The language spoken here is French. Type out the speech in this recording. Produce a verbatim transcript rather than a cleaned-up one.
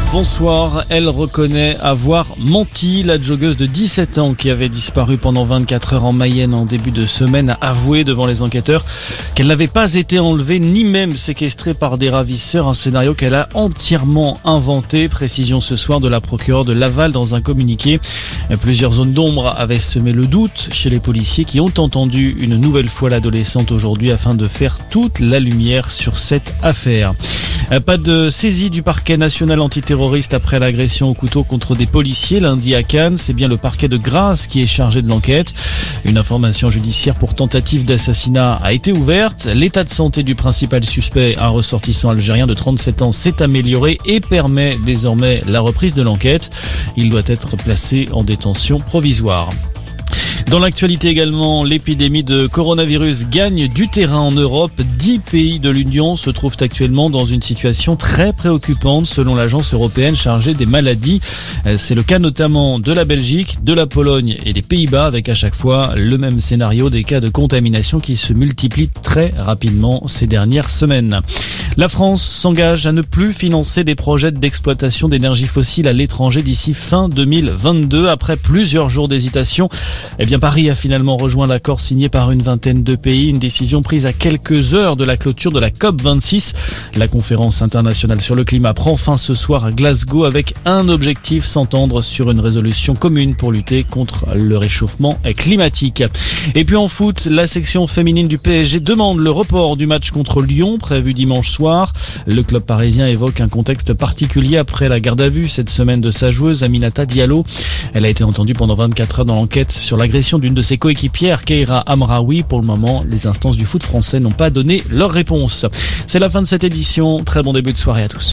Bonsoir, elle reconnaît avoir menti. La joggeuse de dix-sept ans qui avait disparu pendant vingt-quatre heures en Mayenne en début de semaine a avoué devant les enquêteurs qu'elle n'avait pas été enlevée ni même séquestrée par des ravisseurs, un scénario qu'elle a entièrement inventé. Précision ce soir de la procureure de Laval dans un communiqué. Plusieurs zones d'ombre avaient semé le doute chez les policiers qui ont entendu une nouvelle fois l'adolescente aujourd'hui afin de faire toute la lumière sur cette affaire. Pas de saisie du parquet national antiterroriste après l'agression au couteau contre des policiers lundi à Cannes. C'est bien le parquet de Grasse qui est chargé de l'enquête. Une information judiciaire pour tentative d'assassinat a été ouverte. L'état de santé du principal suspect, un ressortissant algérien de trente-sept ans, s'est amélioré et permet désormais la reprise de l'enquête. Il doit être placé en détention provisoire. Dans l'actualité également, l'épidémie de coronavirus gagne du terrain en Europe. Dix pays de l'Union se trouvent actuellement dans une situation très préoccupante selon l'agence européenne chargée des maladies. C'est le cas notamment de la Belgique, de la Pologne et des Pays-Bas avec à chaque fois le même scénario des cas de contamination qui se multiplient très rapidement ces dernières semaines. La France s'engage à ne plus financer des projets d'exploitation d'énergie fossile à l'étranger d'ici fin deux mille vingt-deux. Après plusieurs jours d'hésitation, eh bien Paris a finalement rejoint l'accord signé par une vingtaine de pays, une décision prise à quelques heures de la clôture de la COP vingt-six. La conférence internationale sur le climat prend fin ce soir à Glasgow avec un objectif, s'entendre sur une résolution commune pour lutter contre le réchauffement climatique. Et puis en foot, la section féminine du P S G demande le report du match contre Lyon prévu dimanche soir. Le club parisien évoque un contexte particulier après la garde à vue cette semaine de sa joueuse Aminata Diallo. Elle a été entendue pendant vingt-quatre heures dans l'enquête sur l'agression d'une de ses coéquipières, Keira Amraoui. Pour le moment, les instances du foot français n'ont pas donné leur réponse. C'est la fin de cette édition. Très bon début de soirée à tous.